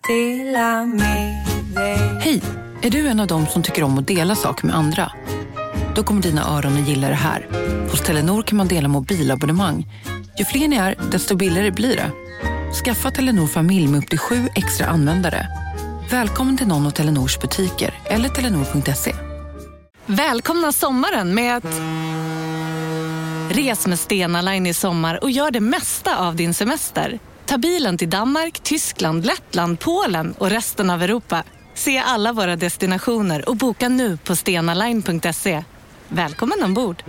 Hej, är du en av dem som tycker om att dela saker med andra? Då kommer dina öron att gilla det här. Hos Telenor kan man dela mobilabonnemang. Ju fler ni är, desto billigare blir det. Skaffa Telenor familj med upp till 7 extra användare. Välkommen till någon av Telenors butiker eller telenor.se. Välkomna sommaren med att res med Stena Line i sommar och gör det mesta av din semester. Ta bilen till Danmark, Tyskland, Lettland, Polen och resten av Europa. Se alla våra destinationer och boka nu på stenaline.se. Välkommen ombord!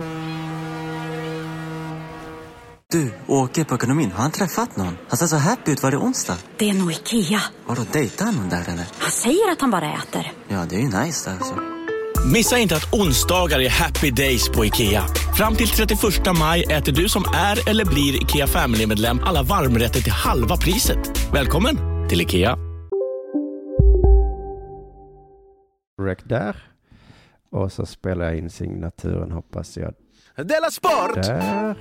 Du, åker på ekonomin. Har han träffat någon? Han ser så happy ut. Var det onsdag? Det är nog Ikea. Har du dejtat någon där eller? Han säger att han bara äter. Ja, det är ju nice där alltså. Missa inte att onsdagar är happy days på IKEA. Fram till 31 maj äter du som är eller blir IKEA Family-medlem alla varmrätter till halva priset. Välkommen till IKEA. Där. Och så spelar jag in signaturen, hoppas jag. Della Sport! Där.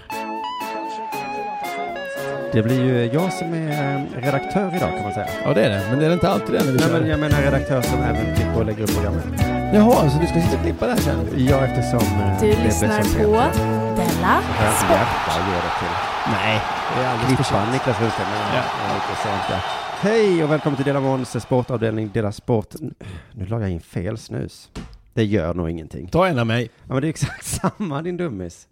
Det blir ju jag som är redaktör idag, kan man säga. Ja, det är det. Men det är inte alltid det när vi kör. Men jag menar redaktör som även klipper och lägger upp programmet. Jaha, så du ska sitta och klippa det här sen? Ja, eftersom Du lyssnar på Della Sport. Nej, det är alldeles för sent. Niklas Rundström. Hej och välkommen till Della Måns sportavdelning Della Sport. Nu la jag in fel snus. Det gör nog ingenting. Ta en av mig. Ja, men det är exakt samma, din dummis.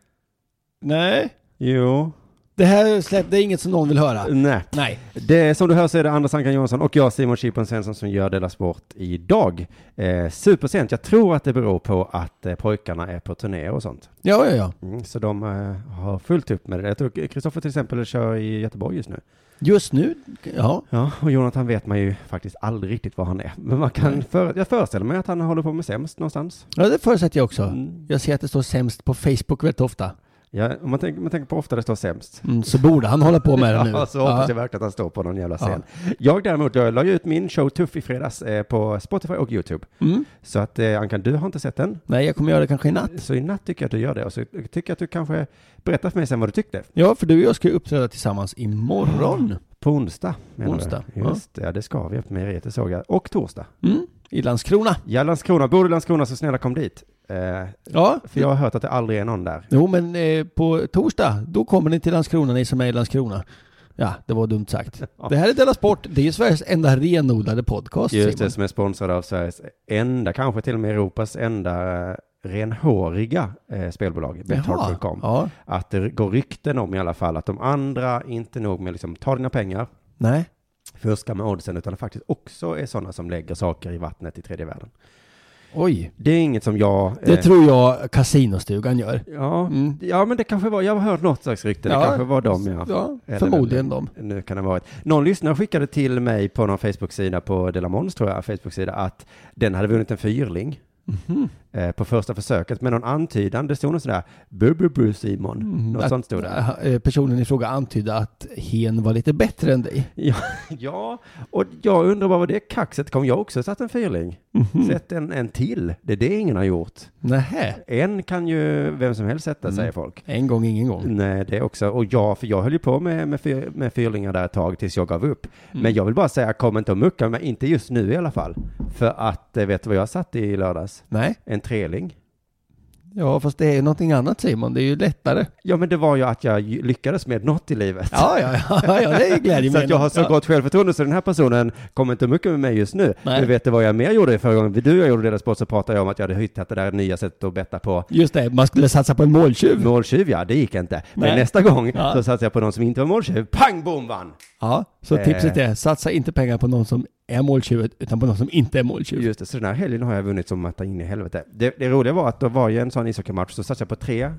Nej. Jo. Det här det är inget som någon vill höra. Nej. Det, som du hör så är det Anders Ankan Johansson och jag, Simon Chippen Svensson, som gör Della Sport idag. Supersent. Jag tror att det beror på att pojkarna är på turné och sånt. Ja. Så de har fullt upp med det. Jag tror Kristoffer till exempel kör i Göteborg just nu. Just nu? Ja. Ja, och Jonathan vet man ju faktiskt aldrig riktigt var han är. Men man kan jag föreställer mig att han håller på med sämst någonstans. Ja, det förutsätter jag också. Jag ser att det står sämst på Facebook väldigt ofta. Ja, om man tänker på ofta det står sämst. Så borde han hålla på med det nu. Ja, så hoppas jag verkligen att han står på någon jävla scen. Ja. Jag la ut min show Tuff i fredags på Spotify och YouTube. Så att Ankan, du har inte sett den? Nej, jag kommer göra det kanske i natt. Så i natt tycker jag att du gör det. Och så tycker jag att du kanske berättar för mig sen vad du tyckte. Ja, för du och jag ska uppträda tillsammans imorgon. På onsdag. Onsdag. Just det, det ska vi. Med Rete såg jag. Och torsdag. I Landskrona. Ja, Landskrona. Bor du i Landskrona så snälla kom dit. Ja. För jag har hört att det aldrig är någon där. Jo, men på torsdag, då kommer ni till Landskrona, ni som är i Landskrona. Ja, det var dumt sagt. Det här är Della Sport. Det är ju Sveriges enda renodlade podcast. Just det, som är sponsrad av Sveriges enda, kanske till och med Europas enda renhåriga spelbolag, Betthard.com. Ja. Att det går rykten om i alla fall att de andra inte nog med liksom ta dina pengar. Nej. Fuska med oddsen, utan faktiskt också är sådana som lägger saker i vattnet i tredje världen. Oj. Det är inget som jag... Det tror jag kasinostugan gör. Ja, men det kanske var... Jag har hört något slags rykte. Det kanske var de, ja förmodligen de. Nu kan det ha varit. Någon lyssnare skickade till mig på någon Facebook-sida på Della Måns, tror jag, Facebook-sida, att den hade vunnit en fyrling. På första försöket med någon antydan. Det stod något sådär bu Simon. Något sånt stod där. Personen i fråga antydde att hen var lite bättre än dig. Ja, och jag undrar vad var det kaxet? Kom jag också satt en fyrling? Sätt en till. Det är det ingen har gjort. Nähä. En kan ju vem som helst sätta, säger folk. En gång, ingen gång. Nej, det är också. Och för jag höll ju på med fyrlingar där ett tag tills jag gav upp. Men jag vill bara säga, kom inte och mucka, men inte just nu i alla fall. För att, vet du vad jag satt i lördags? Nej. En treling. Ja, fast det är någonting annat, Simon. Det är ju lättare. Ja, men det var ju att jag lyckades med något i livet. Ja, det är glädje. Så att jag har så gott självförtroende, så den här personen kommer inte mycket med mig just nu. Nej. Men vet du vad jag mer gjorde förra gången? Du och jag gjorde Della Sport, så pratade jag om att jag hade hittat det där nya sättet att betta på. Just det, man skulle satsa på en måltjuv. Måltjuv, ja, det gick inte. Men nästa gång så satsade jag på någon som inte var måltjuv. Pang, bom, vann! Ja, så tipset är, satsa inte pengar på någon som är måltjuv, utan på någon som inte är måltjuv. Just det, så den här helgen har jag vunnit som matta in i helvete. Det roliga var att då var ju en sån ishockeymatch, så satsade jag på 3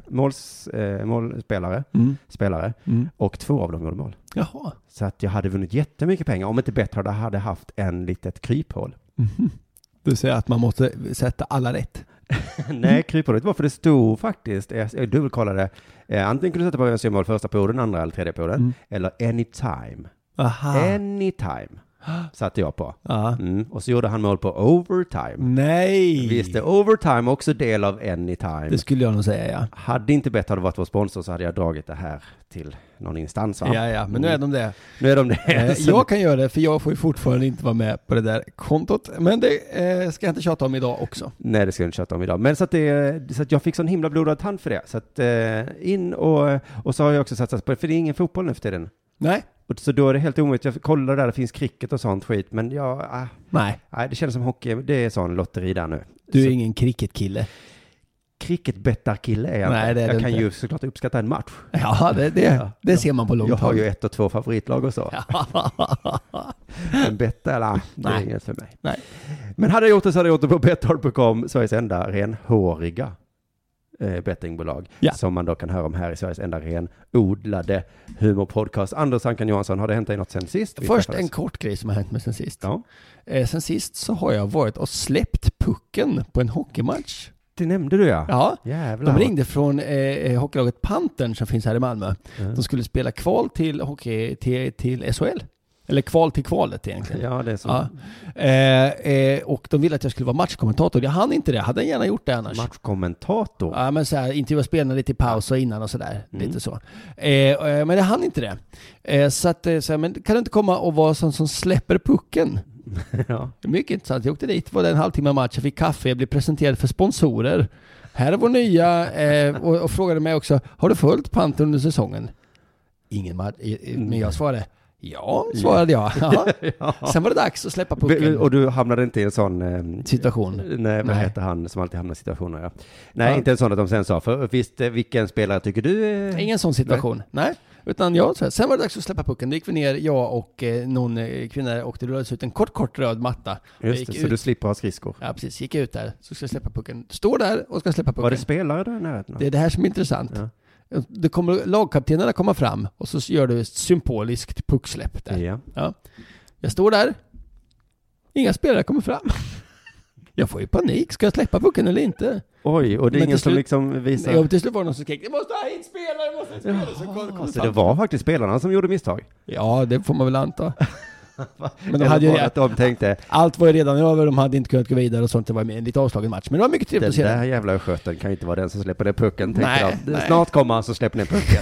målspelare, och 2 av dem gjorde mål. Jaha. Så att jag hade vunnit jättemycket pengar, om inte Betthard hade haft en litet kryphål. Du säger att man måste sätta alla rätt. Nej, kryphålet var för det stod faktiskt, jag dubbelkollade, antingen kunde du sätta på en mål första perioden, andra eller tredje perioden, eller anytime. Aha. Anytime. satte jag på. Ja. Och så gjorde han mål på overtime. Nej! Visst är overtime också del av anytime? Det skulle jag nog säga, ja. Hade inte bett hade varit vår sponsor så hade jag dragit det här till någon instans, va? Ja, men nu är de det. Nu är de det. Jag kan göra det, för jag får ju fortfarande inte vara med på det där kontot. Men det ska jag inte tjata om idag också. Nej, det ska jag inte tjata om idag. Men så att jag fick sån himla blodad tand för det. Så att in och så har jag också satsat på det, för det är ingen fotboll nu för tiden. Nej. Så då är det helt omöjligt. Jag kollar där, det finns cricket och sånt skit. Men nej, det känns som hockey. Det är sån lotteri där nu. Du är så, ingen cricketkille. Cricketbettarkille är jag. Nej, det är jag det kan inte. ju såklart uppskatta en match. Ja, det ser man på långt Jag har håll. ju 1 och 2 favoritlag och så. En betta, eller? Det är inget för mig. Nej. Men hade jag gjort det så hade jag gjort det på Betthard.com, Sveriges enda renhåriga bettingbolag. Ja. Som man då kan höra om här i Sveriges enda renodlade humorpodcast. Anders Ankan Johansson, har det hänt dig något sen sist? Först en kort grej som har hänt mig sen sist. Ja. Sen sist så har jag varit och släppt pucken på en hockeymatch. Det nämnde du, ja. Ja, jävlar. de ringde från hockeylaget Pantern som finns här i Malmö. De skulle spela kval till hockey till SHL. Eller kval till kvalet egentligen. Ja, det är så. Ja. Och de ville att jag skulle vara matchkommentator. Jag hann inte det. Hade jag gärna gjort det annars. Matchkommentator? Ja, men så här, intervjua spelarna lite i paus och innan och sådär. Lite så. Men jag hann inte det. Så här, men kan du inte komma och vara sån som släpper pucken? Ja. Mycket intressant. Jag åkte dit, var det en halvtimme match. Jag fick kaffe, jag blev presenterad för sponsorer. Här är vår nya och frågade mig också, har du följt Panther under säsongen? Ingen match. Men jag svarade, ja, svarade jag. Ja. Sen var det dags att släppa pucken. Och du hamnade inte i en sån situation? Nej, vad heter han som alltid hamnar i situationer? Ja. Nej, inte en sån att de sen sa, för visst, vilken spelare tycker du? Ingen sån situation, nej. Utan sen var det dags att släppa pucken. Då gick vi ner, jag och någon kvinna, och det rullades ut en kort röd matta. Just det, så du slipper ha skridskor. Ja, precis. Gick ut där, så ska jag släppa pucken. Står där och ska släppa pucken. Var det spelare där i närheten? Det är det här som är intressant. Ja. Det kommer lagkaptenerna komma fram och så gör du ett symboliskt pucksläpp där. Ja. Jag står där. Inga spelare kommer fram. Jag får ju panik. Ska jag släppa pucken eller inte? Oj, och det är ingen som liksom visar... Ja, till slut var det någon som skrek, det måste ha hit spelare, Så det var faktiskt spelarna som gjorde misstag? Ja, det får man väl anta. Men de hade ju att de tänkte... Allt var ju redan över, de hade inte kunnat gå vidare och sånt. Det var en lite avslagen match. Men det var mycket trevligt att se. Den där jävla sköten kan ju inte vara den som släpper den pucken. Nej. Snart kommer han så släpper ner pucken.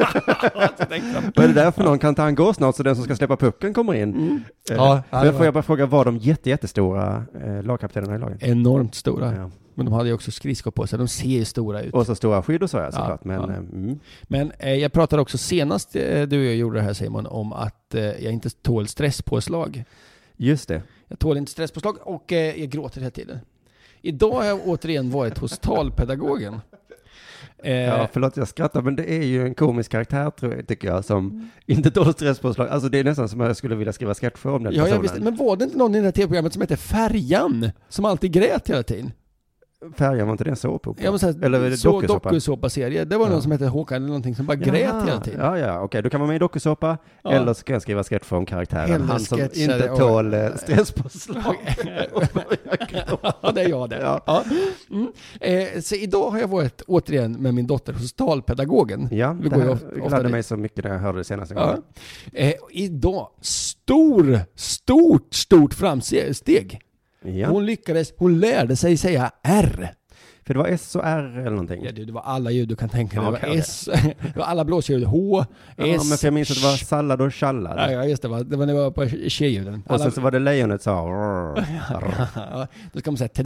Vad är det där för någon? Kan inte han gå snart så den som ska släppa pucken kommer in? Men får jag bara fråga, var de jättestora lagkaptenerna i lagen? Enormt stora. Ja. Men de hade ju också skridskor på sig. De ser ju stora ut. Och så stora skydd och så, såklart. Men jag pratade också senast du och jag gjorde det här, Simon, om att jag inte tål stresspåslag. Just det. Jag tål inte stresspåslag och jag gråter hela tiden. Idag har jag återigen varit hos talpedagogen. Ja, förlåt jag skrattar, men det är ju en komisk karaktär, tycker jag, som inte tål stresspåslag. Alltså det är nästan som jag skulle vilja skriva sketcher om den personen. Ja, visst, men var det inte någon i det här tv-programmet som heter Färjan, som alltid grät hela tiden? Färjan, var inte det en såpopera? Ja, men såhär, eller dokusåpa-serie. Det var någon som hette Håkan eller någonting som bara grät hela tiden. Ja, okej. Du kan vara med i dokusåpa, eller så kan jag skriva sketcher om karaktären. Han som inte tål stresspåslag. Ja, det är jag det. Ja. Så idag har jag varit återigen med min dotter hos talpedagogen. Ja, det här gladde mig så mycket när jag hörde det senaste gången. Idag, stort framsteg. Ja. Hon lärde sig säga R. För det var S och R eller någonting. Ja, det var alla ljud du kan tänka dig. Det var S, det var alla blåsljud. H, S. Men för jag minns att det var sallad och challad. Ja, just det. Det var när jag var på tjejljuden. Och sen så var det lejonet sa. Då ska man säga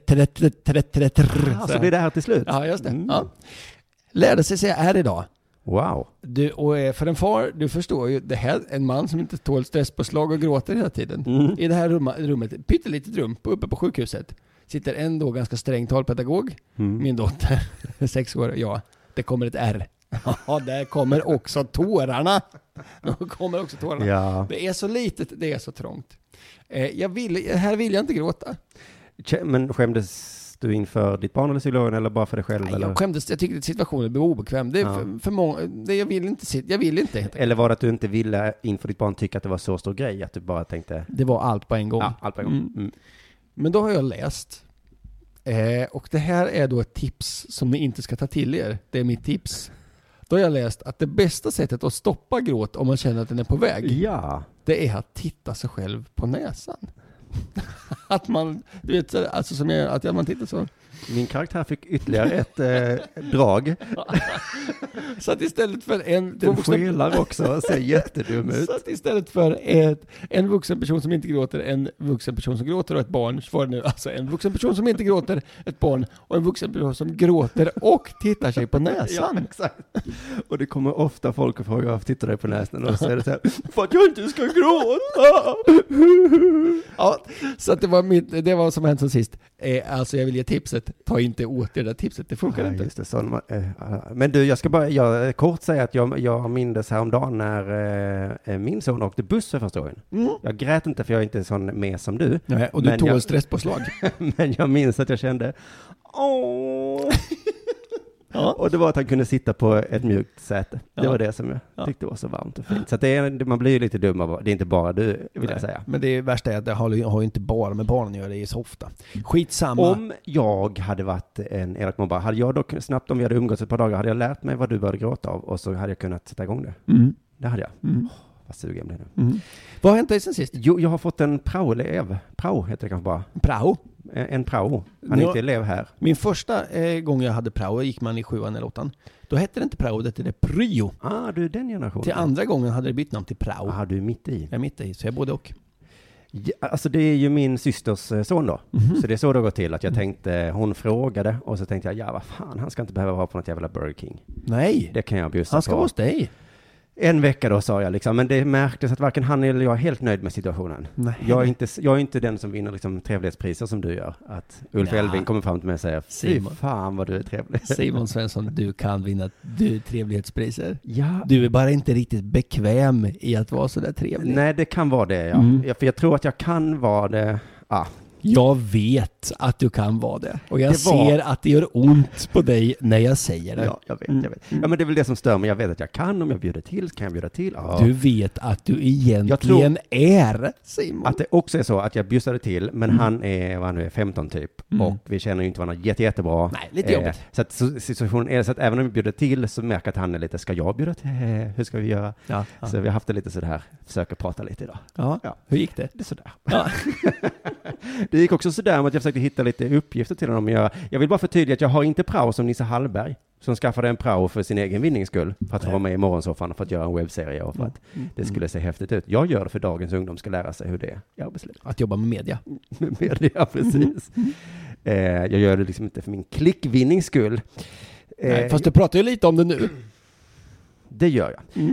så blir det här till slut. Ja, just det. Ja. Lärde sig säga R idag. Wow. Och för en far, du förstår ju, det här en man som inte tål stresspåslag och gråter hela tiden. I det här rummet, pyttelitet rum uppe på sjukhuset, sitter en då ganska sträng talpedagog, min dotter, 6 år, det kommer ett R. Ja, där kommer också tårarna. Ja. Det är så litet, det är så trångt. Här vill jag inte gråta. Men skämdes du inför ditt barn eller psykologen eller bara för dig själv? Nej, eller? Jag skämdes, jag tyckte att situationen blev obekväm. Det är för många, jag vill inte. Eller var det att du inte ville inför ditt barn tycka att det var så stor grej att du bara tänkte... Det var allt på en gång. Ja, allt på en gång. Men då har jag läst. Och det här är då ett tips som ni inte ska ta till er. Det är mitt tips. Då har jag läst att det bästa sättet att stoppa gråt om man känner att den är på väg, Ja. det är att titta sig själv på näsan. Att man, du vet, alltså som jag, att man tittar så. Min karaktär fick ytterligare ett drag. Så att istället för Den skelar också och ser jättedum ut. Så att istället för en vuxen person som inte gråter, en vuxen person som gråter och ett barn, så var det nu alltså en vuxen person som inte gråter, ett barn och en vuxen person som gråter och tittar sig på näsan. Ja, exakt. Och det kommer ofta folk och frågar varför tittar dig på näsan och så är det så här, för att jag inte ska gråta. Ja, så att det var vad som hänt som sist. Alltså jag vill ge tipset, ta inte åt det där tipset, det funkar inte. Just det, så, men du, jag ska bara kort säga att jag mindes häromdagen när min son åkte buss för första gången. Jag grät inte för jag är inte sån med som du. Nej, och du tål stresspåslag. Men jag minns att jag kände åh. Ja. Och det var att han kunde sitta på ett mjukt säte. Det var det som jag tyckte var så varmt och fint. Så att man blir ju lite dum av, det är inte bara du, vill jag säga. Men det värsta är att det har ju inte bara med barnen att göra, det är så ofta. Skitsamma. Om jag hade varit en elak mobbare, hade jag dock snabbt, om vi hade umgåtts ett par dagar, hade jag lärt mig vad du började gråta av och så hade jag kunnat sätta igång det. Det hade jag. Vad sugen jag blev nu. Vad har hänt dig sen sist? Jo, jag har fått en prao-elev. Prao heter det kanske bara. Prao? En prao. Han är inte elev här. Min första gång jag hade prao, gick man i 7:an eller 8:an. Då hette det inte prao, det hette det pryo. Du är den generationen. Till andra gången hade det bytt namn till prao. Du är mitt i. Jag är mitt i, så jag både och. Ja, alltså det är ju min systers son då. Så det är så det går till, att jag tänkte, hon frågade och så tänkte jag, vad fan, han ska inte behöva vara på något jävla Burger King. Nej. Det kan jag bjussa på. Han ska vara hos dig. En vecka då, sa jag liksom, men det märktes att varken han eller jag är helt nöjd med situationen. Jag är inte den som vinner liksom trevlighetspriser som du gör. Att Ulf Elving kommer fram till mig och säger, fy fan vad du är trevlig. Simon Svensson, du kan vinna trevlighetspriser. Ja. Du är bara inte riktigt bekväm i att vara så där trevlig. Nej, det kan vara det, ja. För jag tror att jag kan vara det. Jag vet att du kan vara det. Och jag ser att det gör ont på dig när jag säger det. Ja, jag vet. Ja, men det är väl det som stör mig. Jag vet att jag kan, om jag bjuder till, kan jag bjuda till. Ja. Du vet att du egentligen är Simon. Att det också är så att jag bjussade till, men han är, vad han nu är, 15 typ. Och vi känner ju inte varandra jättebra. Nej, lite jobbigt. Så att situationen är så att även om vi bjuder till så märker att han är lite, ska jag bjuda till? Hur ska vi göra? Ja. Så vi har haft det lite sådär, försöker prata lite idag. Ja. Hur gick det? Det är sådär. Ja. Det gick också sådär med att jag försökte hitta lite uppgifter till honom att göra. Jag vill bara förtydliga att jag har inte prao som Nisse Hallberg, som skaffade en prao för sin egen vinnings skull, för att få vara med i Morgonsoffan och för att göra en webbserie och för att det skulle se häftigt ut. Jag gör det för dagens ungdom ska lära sig hur det är i arbetslivet. Att jobba med media. Med media, precis. Jag gör det liksom inte för min klickvinnings skull. Nej, fast du pratar ju lite om det nu. Det gör jag.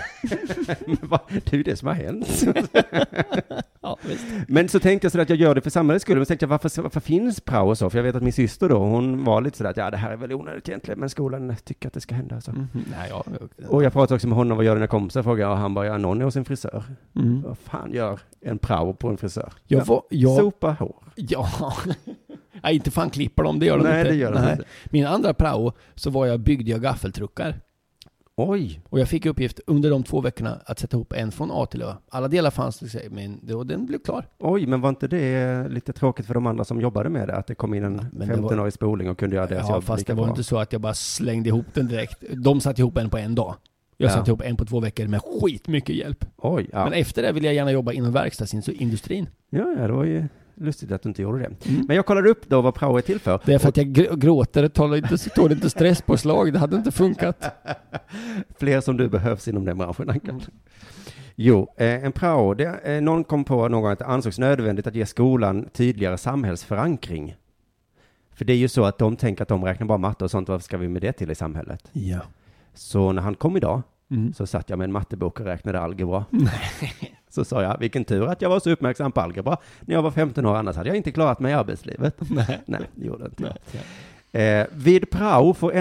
Det är ju det som har hänt. Ja, visst. Men så tänkte jag så att jag gör det för samhällets skull. Men så tänkte jag, varför finns prao och så? För jag vet att min syster då, hon var lite sådär att det här är väl onödigt egentligen, men skolan tycker att det ska hända. Så. Nej, Och jag pratade också med honom, vad gör dina kompisar? Frågade, och han bara, någon är hos en frisör. Vad fan gör en prao på en frisör? Sopa hår. Ja. Nej, inte fan klipper de, det gör de inte. Nej, det gör de inte. Min andra prao så byggde jag gaffeltruckar. Oj. Och jag fick uppgift under de 2 veckorna att sätta ihop en från A till Ö. Alla delar fanns det, men den blev klar. Oj, men var inte det lite tråkigt för de andra som jobbade med det? Att det kom in en 15-årig spoling och kunde göra det? Ja, fast det var inte så att jag bara slängde ihop den direkt. De satte ihop en på en dag. Jag satte ihop en på 2 veckor med skitmycket hjälp. Oj, ja. Men efter det vill jag gärna jobba inom verkstadsindustrin. Ja, det var ju lustigt att du inte gjorde det. Men jag kollade upp då vad prao är till för. Det är för att jag gråter, tål inte stresspåslag. Det hade inte funkat. Fler som du behövs inom den branschen. Jo, en prao, någon kom på någon gång att det ansågs nödvändigt att ge skolan tydligare samhällsförankring. För det är ju så att de tänker att de räknar bara matte och sånt, vad ska vi med det till i samhället? Ja. Så när han kom idag så satt jag med en mattebok och räknade algebra. Så sa jag, vilken tur att jag var så uppmärksam på algebra när jag var 15 år, annars hade jag inte klarat mig i arbetslivet. Nej, det gjorde inte. Vid prao får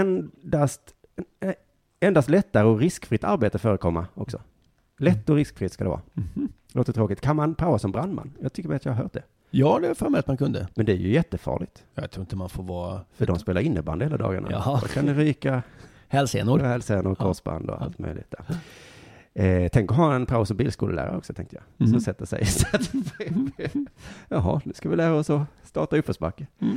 endast lättare och riskfritt arbete förekomma också. Lätt och riskfritt ska det vara. Låter tråkigt. Kan man praoa som brandman? Jag tycker att jag har hört det. Ja, det är för mig att man kunde. Men det är ju jättefarligt. Jag tror inte man får vara... För de spelar innebandy hela dagarna. Jaha. Då kan det ryka hälsenor, korsband och allt möjligt där. Tänk att ha en prao som bilskolelärare också, tänkte jag. Så sätter sig. Jaha, nu ska vi lära oss att starta uppförsbacke.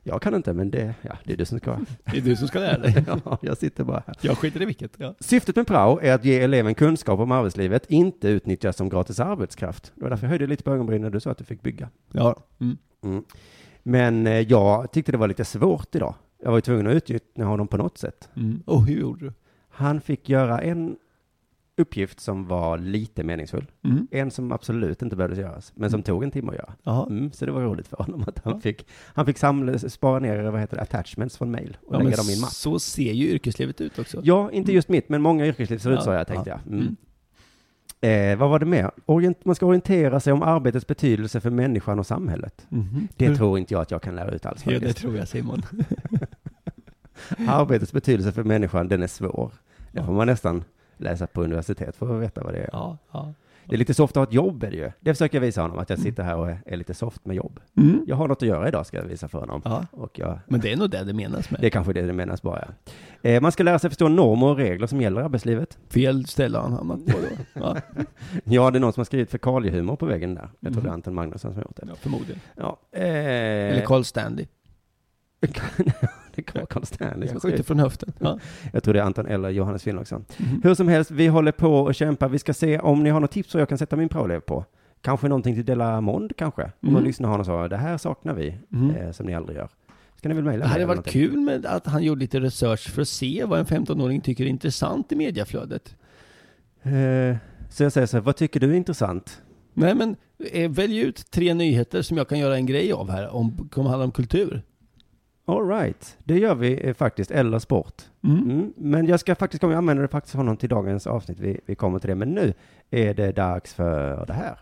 Jag kan inte, men det är du som ska. Det är du som ska lära dig. Ja, jag sitter bara här. Jag skiter i vilket. Ja. Syftet med prao är att ge eleven kunskap om arbetslivet, inte utnyttjas som gratis arbetskraft. Det var därför jag höjde lite på ögonbrynen när du sa att du fick bygga. Ja. Men jag tyckte det var lite svårt idag. Jag var ju tvungen att utnyttja honom på något sätt. Och hur gjorde du? Han fick göra en uppgift som var lite meningsfull. En som absolut inte behövde göras, men som tog en timme att göra. Så det var roligt för honom att han fick spara ner attachments från mail och lägga dem i en mapp. Så ser ju yrkeslivet ut också. Ja, inte just mitt, men många yrkesliv ser ut så, jag tänkte jag. Vad var det mer? Man ska orientera sig om arbetets betydelse för människan och samhället. Det tror inte jag att jag kan lära ut alls. Ja, det tror jag, Simon. Arbetets betydelse för människan, den är svår. Det får man nästan läsa på universitet för att veta vad det är. Ja. Det är lite soft att ha ett jobb, är det ju. Det försöker jag visa honom, att jag sitter här och är lite soft med jobb. Jag har något att göra idag, ska jag visa för honom. Ja. Men det är nog det menas med. Det är kanske det menas bara, man ska lära sig förstå normer och regler som gäller arbetslivet. Fel ställe han hamnat på då. Ja. Ja, det är någon som har skrivit fekaliehumor på väggen där. Jag tror det är Anton Magnusson som har gjort det. Ja, förmodligen. Ja. Eller Carl Stanley. Det kan vara Carl Stanley som skjuter skrivit från höften. Ja. Jag tror det är Anton eller Johannes Finnlagsson. Hur som helst, vi håller på och kämpar. Vi ska se om ni har något tips så jag kan sätta min prao-elev på. Kanske någonting till Della Mond kanske. Om någon lyssnar har någon så, det här saknar vi som ni aldrig gör. Ska ni väl mejla? Det hade varit kul med att han gjorde lite research för att se vad en 15-åring tycker är intressant i mediaflödet. Så jag säger så här, vad tycker du är intressant? Nej, men välj ut 3 nyheter som jag kan göra en grej av här, kommer handla om kultur. All right, det gör vi faktiskt, eller sport. Men jag ska faktiskt använda det faktiskt honom till dagens avsnitt. Vi kommer till det, men nu är det dags för det här.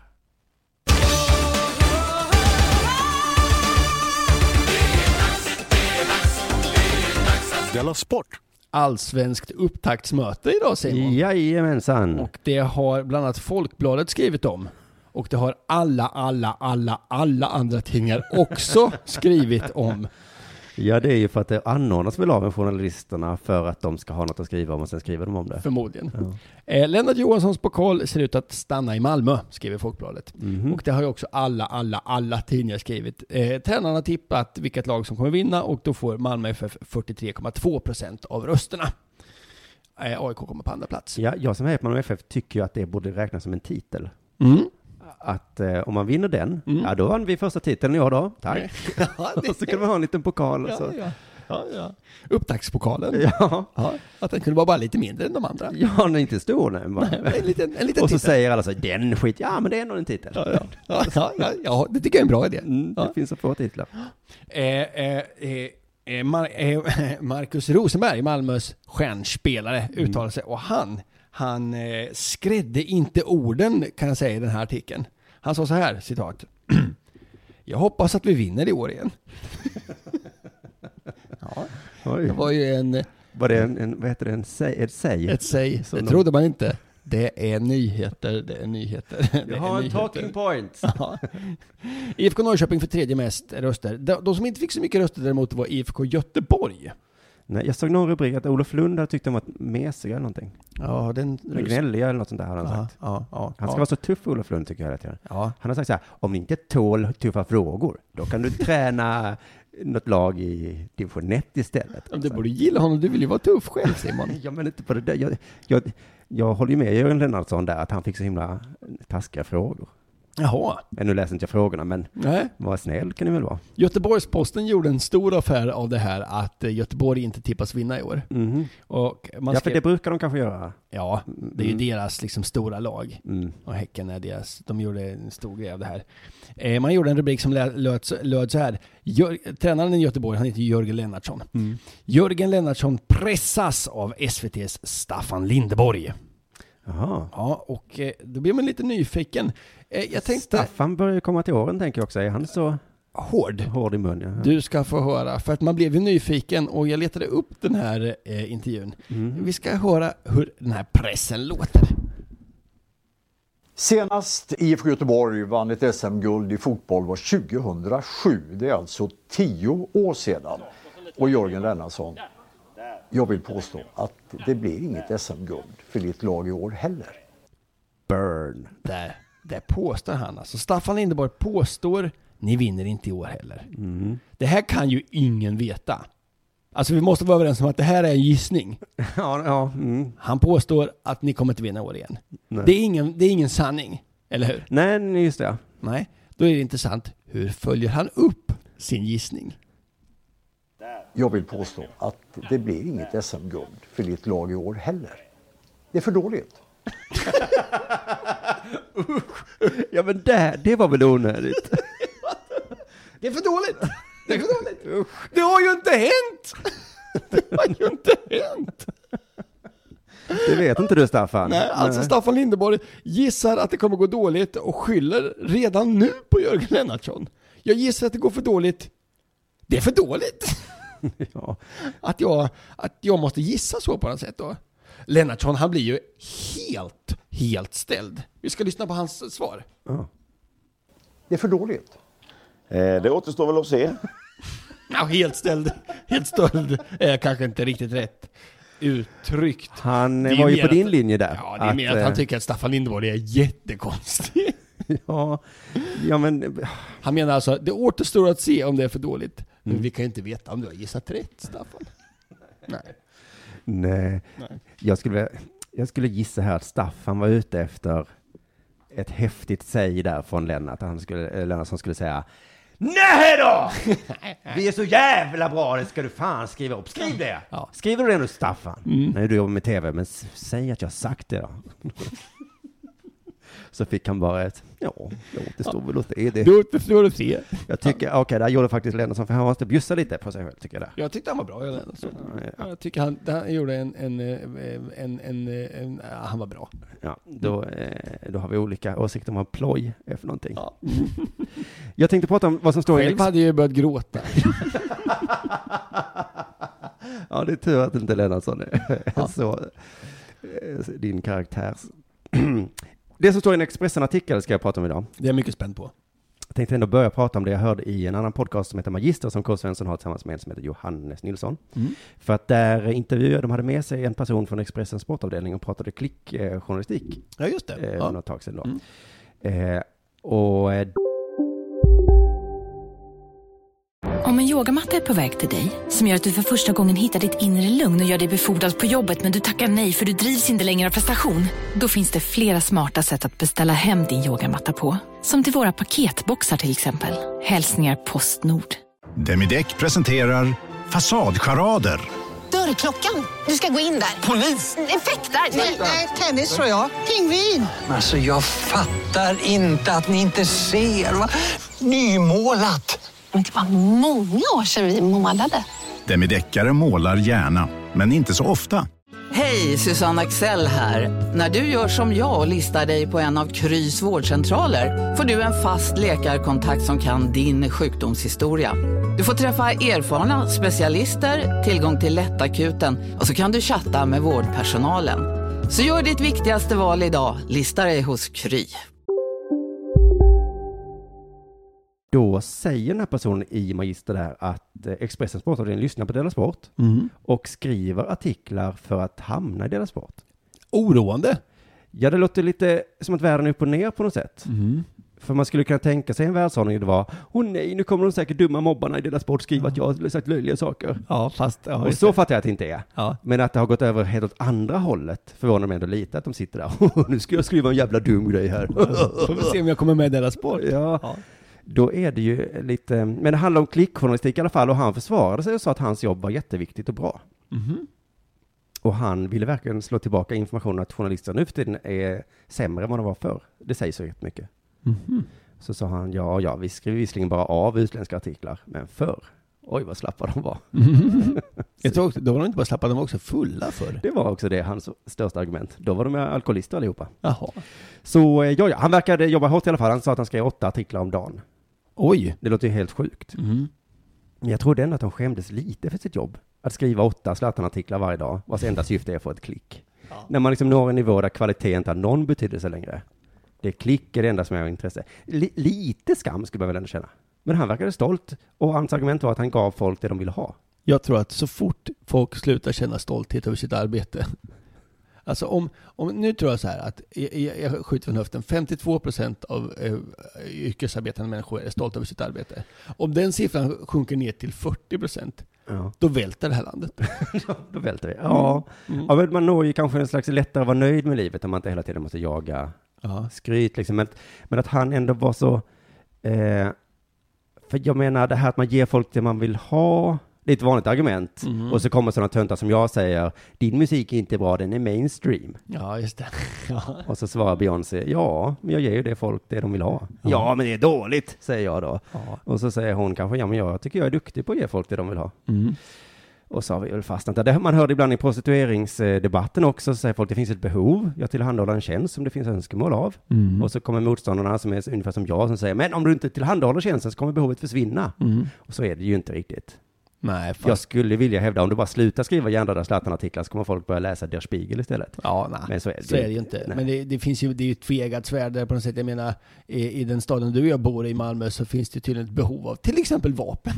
Della Sport. Allsvenskt upptaktsmöte idag, Simon. Jajamensan. Och det har bland annat Folkbladet skrivit om. Och det har alla andra tidningar också skrivit om. Ja, det är ju för att det anordnas väl av journalisterna för att de ska ha något att skriva om och sen skriver de om det. Förmodligen. Ja. Lennart Johanssons pokal ser ut att stanna i Malmö, skriver Folkbladet. Och det har ju också alla tidningar skrivit. Tränarna har tippat vilket lag som kommer vinna och då får Malmö FF 43,2% av rösterna. AIK kommer på andra plats. Ja, jag som är på Malmö FF tycker ju att det borde räknas som en titel. Att om man vinner den, ja då vann vi första titeln jag då. Tack. Och så kan man ha en liten pokal. Och så. Ja. Upptaktspokalen. Ja. Att den kunde vara bara lite mindre än de andra. Ja, den är inte stor. Nej, en liten och så titel. säger alla så, den skit, ja men det är nog en titel. Ja, det tycker jag är en bra idé. Det finns så få titlar. Marcus Rosenberg, Malmös stjärnspelare, uttalar sig och han skrädde inte orden, kan jag säga i den här artikeln. Han sa så här, citat. Jag hoppas att vi vinner i år igen. Ja, det var ju var det en vad heter det, ett säg? Det trodde man inte. Det är nyheter. Jag har en talking point. Ja. IFK Norrköping för 3:e mest röster. De som inte fick så mycket röster däremot var IFK Göteborg. Nej, jag såg någon rubrik att Olof Lund tyckte de var mesiga eller någonting. Ja, den gnälliga eller något sånt där har han sagt. Han ska vara så tuff, Olof Lund, tycker jag hela tiden. Ja. Han har sagt så här, om ni inte tål tuffa frågor, då kan du träna något lag i division 1 istället. Det borde gilla honom, du vill ju vara tuff själv, Simon. Ja, men inte på det där. Jag håller ju med Jörgen Lennartsson där, att han fick så himla taskiga frågor. Jaha. Nu läser inte jag frågorna, men vad snäll kan ni väl vara. Göteborgs-Posten gjorde en stor affär av det här att Göteborg inte tippas vinna i år. Och för det brukar de kanske göra. Ja, det är ju deras liksom stora lag. Och Häcken är deras. De gjorde en stor grej av det här. Man gjorde en rubrik som löd så här. Tränaren i Göteborg, han heter Jörgen Lennartsson. Jörgen Lennartsson pressas av SVT:s Staffan Lindeborg. Jaha. Ja, och då blir man lite nyfiken. Jag tänkte, Staffan börjar komma till åren, tänker jag också. Är han så hård i munnen? Ja. Du ska få höra, för att man blev ju nyfiken och jag letade upp den här intervjun. Vi ska höra hur den här pressen låter. Senast IFK Göteborg vann ett SM-guld i fotboll var 2007. Det är alltså 10 år sedan. Och Jörgen Lennartsson, jag vill påstå att det blir inget SM-guld för ditt lag i år heller. Burn. Det påstår han. Alltså Staffan Lindeborg påstår ni vinner inte i år heller. Det här kan ju ingen veta. Alltså vi måste vara överens om att det här är en gissning. Han påstår att ni kommer inte vinna år igen. Det är ingen sanning, eller hur? Nej, just det. Nej, då är det intressant. Hur följer han upp sin gissning? Jag vill påstå att det blir inget SM-guld för ditt lag i år heller. Det är för dåligt. Ja, men det var väl onödigt. Det är för dåligt. Det är för dåligt. Det har ju inte hänt. Det har ju inte hänt. Det vet inte du, Staffan. Nej, alltså Staffan Lindeborg gissar att det kommer gå dåligt och skyller redan nu på Jörgen Lennartsson. Jag gissar att det går för dåligt. Det är för dåligt. Ja. Att jag måste gissa så på något sätt då. Lennartsson, han blir ju helt ställd. Vi ska lyssna på hans svar. Ja. Det är för dåligt. Det återstår väl att se. Ja, helt ställd är kanske inte riktigt rätt uttryckt. Han var ju på din linje där. Ja, det är mer att han tycker att Staffan Lindeborg är jättekonstig. Ja, men... Han menar alltså, det återstår att se om det är för dåligt. Men vi kan ju inte veta om du har gissat rätt, Staffan. Nej. Jag skulle gissa här att Staffan var ute efter ett häftigt säg där från Lennart. Lennart som skulle säga: nej då! Vi är så jävla bra, det ska du fan skriva upp. Skriv det! Ja. Skriver du det nu, Staffan? Nej, du jobbar med tv, men säg att jag har sagt det då. Så fick han bara ett, det står väl åt det. Det återstår att se. Jag tycker, okej, där gjorde faktiskt Lennartsson, för han måste bjussa lite på sig själv, tycker jag. Jag tyckte han var bra, Lennartsson. Jag tycker han gjorde han var bra. Ja, då har vi olika åsikter om vad ploj är för någonting. Ja. Jag tänkte prata om vad som står själv hade ju börjat gråta. Ja, det är tur att inte Lennartsson är så din karaktär. Det som står i en Expressen-artikel ska jag prata om idag. Det är jag mycket spänd på. Jag tänkte ändå börja prata om det jag hörde i en annan podcast som heter Magister, som K. Svensson har tillsammans med en som heter Johannes Nilsson. För att där de hade med sig en person från Expressens sportavdelning och pratade klickjournalistik. Ja, just det. Något tag sedan då. Om en yogamatta är på väg till dig, som gör att du för första gången hittar ditt inre lugn och gör dig befordrad på jobbet, men du tackar nej för du drivs inte längre av prestation. Då finns det flera smarta sätt att beställa hem din yogamatta på. Som till våra paketboxar till exempel. Hälsningar Postnord. Demideck presenterar Fasadcharader. Dörrklockan. Du ska gå in där. Polis? Effektar? Nej, tennis tror jag. Pingvin. Alltså jag fattar inte att ni inte ser. Va? Nymålat. Men det var många år sedan vi målade. Demideckare målar gärna, men inte så ofta. Hej, Susanne Axel här. När du gör som jag och listar dig på en av Krys vårdcentraler får du en fast läkarkontakt som kan din sjukdomshistoria. Du får träffa erfarna specialister, tillgång till lättakuten och så kan du chatta med vårdpersonalen. Så gör ditt viktigaste val idag, lista dig hos Kry. Då säger den här personen i Magister där att Expressens sportavdelning lyssnar på Della Sport och skriver artiklar för att hamna i Della Sport. Oroande. Ja, det låter lite som att världen är upp och ner på något sätt. För man skulle kunna tänka sig en världshållning det var, nej, nu kommer de säkert dumma mobbarna i Della Sport skriva att jag har sagt löjliga saker. Ja, fast... Ja, och så fattar jag att det inte är. Ja. Men att det har gått över helt åt andra hållet förvånar mig ändå lite att de sitter där. Nu ska jag skriva en jävla dum grej här. Får vi se om jag kommer med i Della Sport. Ja. Då är det ju lite, men det handlar om klickjournalistik i alla fall, och han försvarade sig och sa att hans jobb var jätteviktigt och bra. Och han ville verkligen slå tillbaka informationen att journalister nu för tiden är sämre än vad de var förr. Det säger så rätt mycket. Så sa han, ja, vi skriver visserligen bara av utländska artiklar, men förr, oj vad slappa de var. Jag tror också, då var de inte bara slappa, de var också fulla för. Det var också det, hans största argument. Då var de alkoholister allihopa. Jaha. Så han verkade jobba hårt i alla fall. Han sa att han skrev 8 artiklar om dagen. Oj. Det låter ju helt sjukt. Men jag trodde ändå att de skämdes lite för sitt jobb. Att skriva 8 Zlatan-artiklar varje dag, vars enda syfte är att få ett klick. Ja. När man liksom når en nivå där kvaliteten inte har någon betydelse längre. Det klick är det enda som är av intresse. Lite skam skulle man väl ändå känna. Men han verkade stolt, och hans argument var att han gav folk det de ville ha. Jag tror att så fort folk slutar känna stolthet över sitt arbete, Alltså om nu tror jag så här att jag skjuter från höften, 52% av yrkesarbetande människor är stolta över sitt arbete. Om den siffran sjunker ner till 40%, då välter det här landet. Då välter det. Ja. Ja, men man når ju kanske en slags lättare att vara nöjd med livet om man inte hela tiden måste jaga skryt. Liksom. Men att han ändå var så... för jag menar, det här att man ger folk det man vill ha... Det är ett vanligt argument. Och så kommer sådana töntar som jag säger, din musik är inte bra, den är mainstream. Ja, just det. Och så svarar Beyoncé, ja, men jag ger ju det folk det de vill ha. Ja, men det är dåligt, säger jag då. Och så säger hon kanske, ja, men jag tycker jag är duktig på att ge folk det de vill ha. Och så har vi väl fastnat där. Man hörde ibland i prostitueringsdebatten också, så säger folk, det finns ett behov, jag tillhandahåller en tjänst som det finns önskemål av. Och så kommer motståndarna som är ungefär som jag som säger, men om du inte tillhandahåller tjänsten så kommer behovet försvinna. Och så är det ju inte riktigt. Nej, jag skulle vilja hävda, om du bara slutar skriva Hjärndöda Zlatan-artiklar så kommer folk börja läsa Der Spiegel istället. Ja, nej. Men så är det ju inte. Nej. Men det finns ju, det är ju ett tvegat svärd där på något sätt. Jag menar, i den staden du och jag bor i Malmö så finns det tydligen ett behov av till exempel vapen.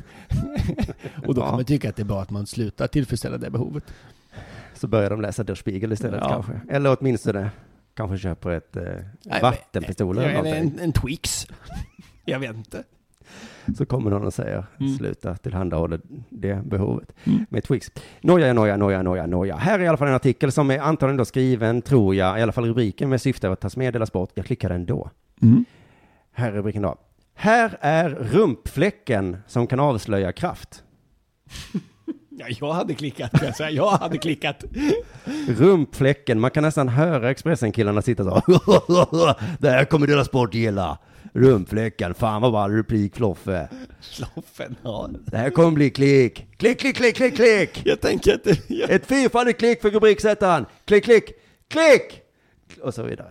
Och då kan man tycka att det är bra att man slutar tillfredsställa det behovet. Så börjar de läsa Der Spiegel istället kanske. Eller åtminstone kanske köper ett vattenpistol. En Twix. Jag vet inte. Så kommer någon och säger, sluta tillhandahålla det behovet med Twix. Noja. Här är i alla fall en artikel som är antagligen då skriven, tror jag, i alla fall rubriken med syfte att tas med Della Sport. Jag klickar ändå. Här är rubriken då. Här är rumpfläcken som kan avslöja kraft. Ja, jag hade klickat. Rumpfläcken, man kan nästan höra Expressen-killarna sitta så. Det här kommer Della Sport gilla. Rumpfläcken, fan vad bra replik, Floffe. Floffen, ja. Det här kommer bli klick. Klick. Jag tänker att ett fyrfaldigt klick för rubriksättaren. Klick. Och så vidare.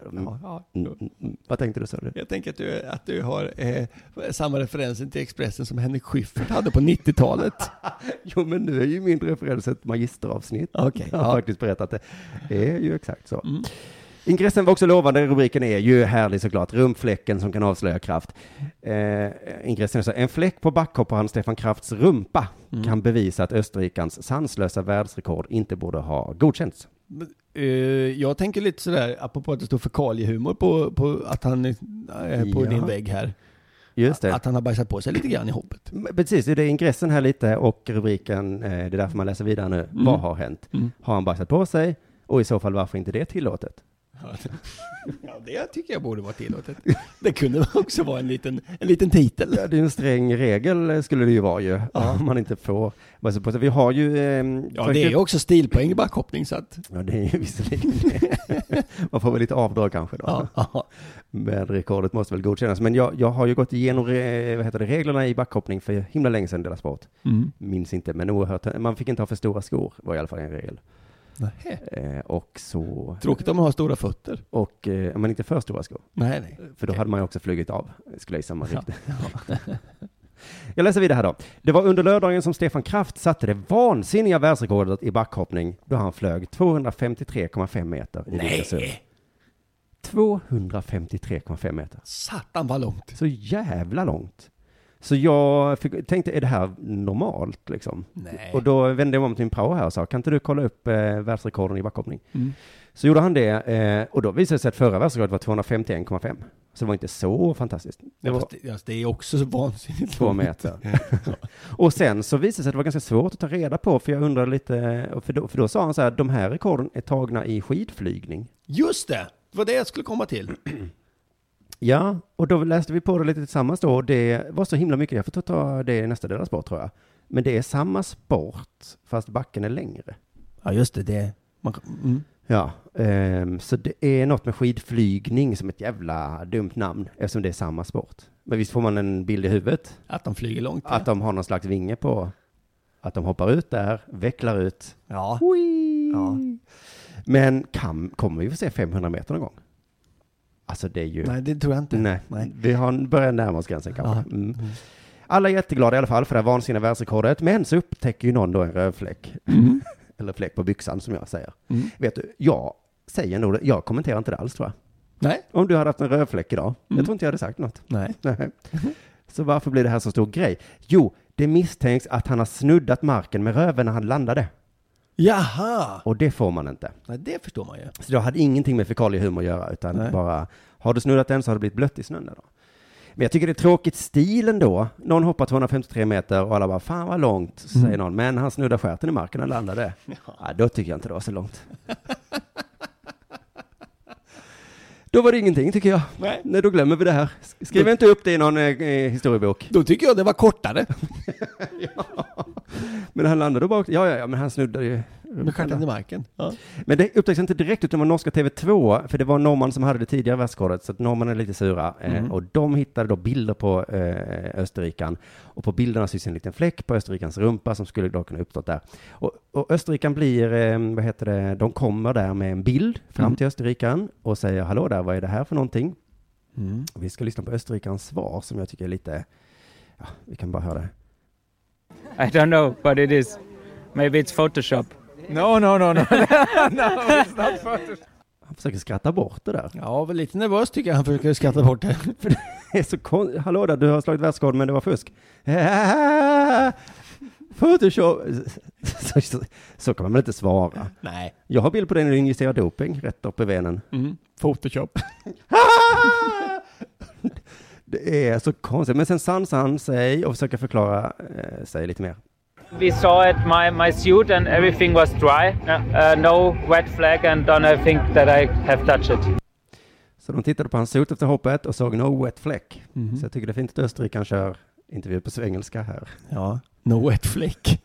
Vad tänkte du, sa du? Jag tänker att du har samma referensen till Expressen som Henrik Schyffert hade på 90-talet. Jo, men nu är ju min referens ett magisteravsnitt. Okay, jag har faktiskt berättat det. Det är ju exakt så. Ingressen var också lovande. Rubriken är ju härlig såklart. Rumpfläcken som kan avslöja kraft. Ingressen är så. En fläck på backhopparen Stefan Krafts rumpa kan bevisa att Österrikans sanslösa världsrekord inte borde ha godkänts. Jag tänker lite sådär, apropå att det står fekaliehumor på att han är på din vägg här. Just det. Att han har bajsat på sig lite grann i hoppet. Precis, det är ingressen här lite och rubriken, det är därför man läser vidare nu. Vad har hänt? Har han bajsat på sig? Och i så fall varför inte det tillåtet? Ja, det tycker jag borde vara tillåtet. Det kunde också vara en liten titel. Ja, det är en sträng regel skulle det ju vara ju. Om man inte får bajsa på sig. Vi har ju... ja, det är ju också stilpoäng i backhoppning så att... Ja, det är ju visserligen det. Man får väl lite avdrag kanske då. Men rekordet måste väl godkännas. Men jag har ju gått igenom reglerna i backhoppning för himla länge sedan Della Sport. Minns inte, men oerhört. Man fick inte ha för stora skor, var i alla fall en regel. Och så... Tråkigt om man har stora fötter. Och men inte för stora skor. Nej. För då hade man ju också flugit av, skulle jag i samma riktning. Jag läser vidare här då. Det var under lördagen som Stefan Kraft satte det vansinniga världsrekordet i backhoppning då han flög 253,5 meter. Nej! 253,5 meter. Satan vad långt. Så jävla långt. Så jag tänkte, är det här normalt liksom? Nej. Och då vände jag om till min prao här och sa, kan inte du kolla upp världsrekorden i backhoppning? Så gjorde han det, och då visade det sig att förra världsrekordet var 251,5. Så det var inte så fantastiskt. Det är också så vansinnigt 2 meter. Och sen så visade det sig att det var ganska svårt att ta reda på, för jag undrade lite, för då sa han så här, de här rekorden är tagna i skidflygning. Just det! Det var det jag skulle komma till. Ja, och då läste vi på det lite tillsammans då, och det var så himla mycket, jag får ta det i nästa Della Sport tror jag. Men det är samma sport, fast backen är längre. Ja, just det. Ja, så det är något med skidflygning som ett jävla dumt namn, eftersom det är samma sport. Men visst får man en bild i huvudet? Att de flyger långt. Att de har någon slags vinge på, att de hoppar ut där, vecklar ut. Ja. Men kommer vi få se 500 meter någon gång? Alltså det är ju... Nej, det tror jag inte. Nej. Vi har börjat närma oss gränsen kanske. Alla är jätteglada i alla fall för det här vansinniga världsrekordet. Men så upptäcker ju någon då en rövfläck. Eller fläck på byxan som jag säger. Vet du, jag kommenterar inte det alls tror jag. Nej. Om du hade haft en rövfläck idag. Jag tror inte jag hade sagt något. Nej. Så varför blir det här så stor grej? Jo, det misstänks att han har snuddat marken med röven när han landade. Jaha! Och det får man inte. Nej, det förstår man ju. Så det hade ingenting med fekaliehumor att göra, utan bara, har du snurrat den så har det blivit blött i snön då. Men jag tycker det är tråkigt stilen då. Någon hoppar 253 meter och alla bara, fan vad långt, säger någon. Men han snuddar stjärten i marken och landade. Ja, då tycker jag inte det var så långt. Då var det ingenting, tycker jag. Nej, då glömmer vi det här. Skriv inte upp det i någon historiebok. Då tycker jag det var kortare. Ja. Men han landade bara, ja, men han snuddade ju med stjärten i marken. Ja. Men det upptäcktes inte direkt, utan det var norska TV2, för det var norrman som hade det tidigare världsrekordet, så att norrman är lite sura. Och de hittade då bilder på Österrikan, och på bilderna syns en liten fläck på Österrikans rumpa som skulle då kunna uppstått där. Och Österrikan blir, de kommer där med en bild fram till Österrikan och säger, hallå där, vad är det här för någonting? Och vi ska lyssna på Österrikans svar som jag tycker är lite, ja, vi kan bara höra det. I don't know, but it is. Maybe it's Photoshop. No. No, it's not Photoshop. Han försöker skratta bort det där. Ja, väl lite nervös tycker jag han försöker skratta bort det. För det är så konstigt. Hallå där, du har slagit världsrekord men det var fusk. Photoshop. Så kan man väl inte svara. Nej. Jag har bild på den när du injicerar doping rätt upp i venen. Photoshop. Det är så konstigt. Men sen sansar han sig och försöker förklara sig lite mer. We saw it, my suit and everything was dry. No wet flag and don't think that I have touched it. Så de tittade på hans suit efter hoppet och såg no wet fleck. Så jag tycker det är fint att Österrikan kör intervju på svengelska här. Ja, no wet fleck.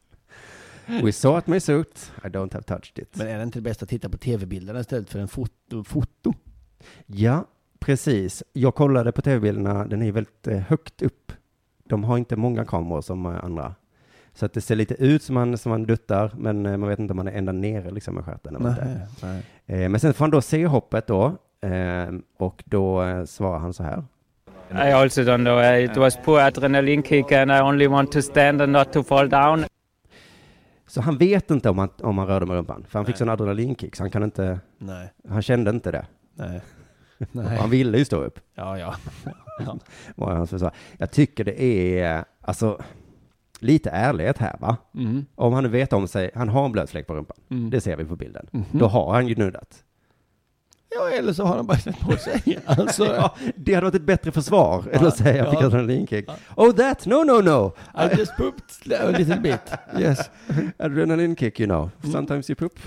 We saw it my suit, I don't have touched it. Men är det inte det bästa att titta på tv-bilderna istället för en foto? Ja, precis. Jag kollade på tv-bilderna, den är väldigt högt upp. De har inte många kameror som andra. Så att det ser lite ut som man duttar, men man vet inte om man är ända nere liksom med stjärten. Nej. Men sen får han då se hoppet då, och då svarar han så här. I also don't know. It was poor adrenaline kick and I only want to stand and not to fall down. Så han vet inte om han rörde med rumpan. För han fick sån adrenalinkick, så han kan inte... Nej. Han kände inte det. Nej. Han ville ju stå upp. Ja. Var hans försvar. Jag tycker det är... Alltså... Lite ärlighet här, va? Om han nu vet om sig, han har en blötfläck på rumpan. Det ser vi på bilden. Då har han ju nuddat. Ja, eller så har han bara sett på sig. Alltså. Ja, det hade varit ett bättre försvar än att säga att jag fick adrenalinkick. Oh, that? No. I just pooped a little bit. Yes. Adrenalinkick, you know. Sometimes you poop.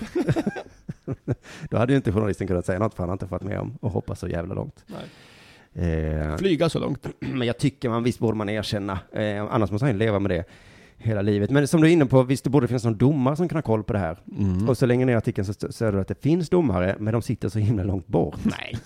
Då hade ju inte journalisten kunnat säga något, för han har inte fått med om och hoppa så jävla långt. Nej. Flyga så långt. Men jag tycker visst borde man erkänna. Annars måste han leva med det hela livet. Men som du är inne på, visst det borde finnas någon domare som kan ha koll på det här. Och så länge ner i artikeln så ser du att det finns domare, men de sitter så himla långt bort. Nej.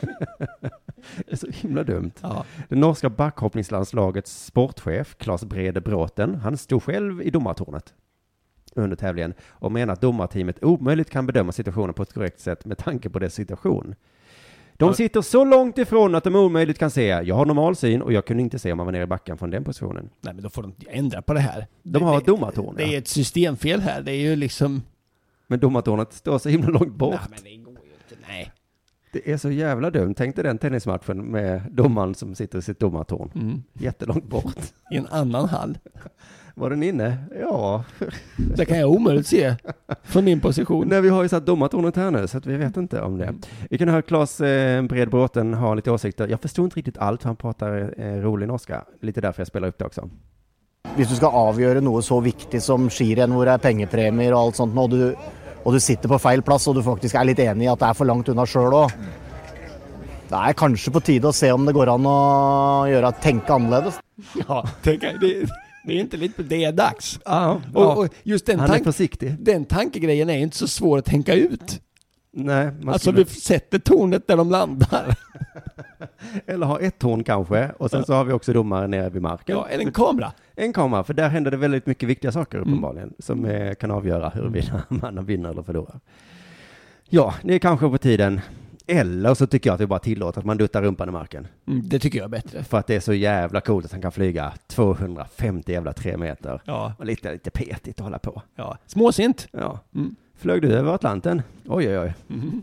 Det är så himla dumt. Ja. Det norska backhoppningslandslagets sportchef, Claes Brede Bråten, han stod själv i domartornet under tävlingen och menar att domarteamet omöjligt kan bedöma situationen på ett korrekt sätt med tanke på dess situation. De sitter så långt ifrån att de omöjligt kan se. Jag har normal syn och jag kunde inte se om man var nere i backen från den positionen. Nej, men då får de ändra på det här. De har domartorn. Det är ett systemfel här. Det är ju liksom... Men domartornet står så himla långt bort. Nej, men det går ju inte. Nej. Det är så jävla dumt. Tänk dig den tennismatchen med domaren som sitter i sitt domartorn. Jättelångt bort. I en annan hall. Var den inne? Ja. Det kan jag omöjligt se från min position. Nej, vi har ju satt domartornet här nu så att vi vet inte om det. Vi kan höra Claes Brede Bråten ha lite åsikter. Jag förstår inte riktigt allt för han pratar rolig norska. Lite därför jag spelar upp det också. Hvis du ska avgöra något så viktigt som skirenn hvor det är pengepremier och allt sånt och du sitter på fel plats och du faktiskt är lite enig i att det är för långt undan själv då. Det är kanske på tide att se om det går an att tänka annorlunda. Ja, det är inte lite, det är dags. Ja, och just den han är försiktig. Den tankegrejen är inte så svår att tänka ut. Nej, alltså vi sätter tornet där de landar. Eller har ett torn kanske. Och sen så har vi också domare nere vid marken. Ja, eller en kamera. En kamera, för där händer det väldigt mycket viktiga saker uppenbarligen. Som kan avgöra huruvida man vinner eller förlorar. Ja, det är kanske på tiden. Eller så tycker jag att det är bara tillåter att man duttar rumpan i marken. Det tycker jag är bättre. För att det är så jävla coolt att han kan flyga 250 jävla 3 meter. Ja. Och lite petigt att hålla på. Ja, småsint. Ja. Flög du över Atlanten? Oj.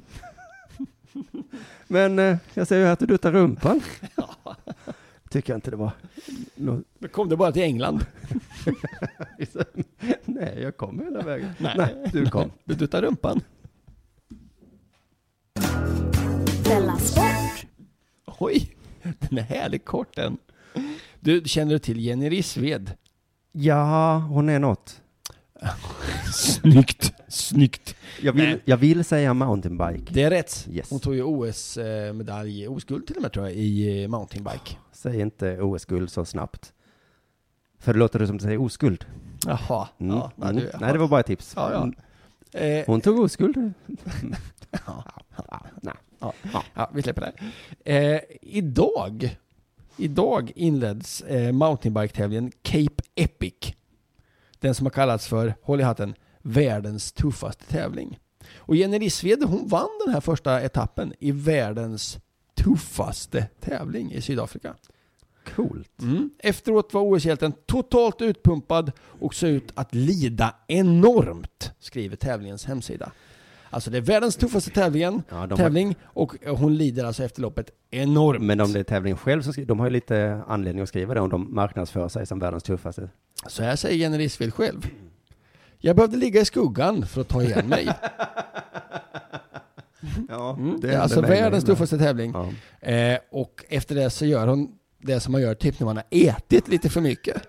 Men jag ser ju att du duttar rumpan. Tycker jag inte det var... Men kom det bara till England? Nej, jag kom hela vägen. Nej, du kom. Du duttar rumpan. Della Sport. Oj, den är härligt kort den. Du, känner du till Jenny Rissved? Ja, hon är något. Snyggt. Jag vill säga mountainbike. Det är rätt. Yes. Hon tog ju OS-medalj, OS-guld till och med tror jag, i mountainbike. Säg inte OS-guld så snabbt. För det låter det som du säger oskuld. Jaha. Ja, Nej, det var bara ett tips. Ja. Hon tog oskuld. Ja, vi släpper det. Idag inleds mountainbike-tävlingen Cape Epic. Den som har kallats för, håll i hatten, världens tuffaste tävling. Och Jenny Rissved, hon vann den här första etappen i världens tuffaste tävling i Sydafrika. Coolt. Efteråt var OS-hjälten totalt utpumpad och såg ut att lida enormt, skriver tävlingens hemsida. Alltså det är världens tuffaste tävling och hon lider alltså efter loppet enormt. Men om det är tävlingen själv så de har ju lite anledning att skriva det om de marknadsför sig som världens tuffaste. Så här säger Jenny Rissved själv. Jag behövde ligga i skuggan för att ta igen mig. Det är alltså världens tuffaste tävling. Ja. Och efter det så gör hon det som man gör typ när man har ätit lite för mycket.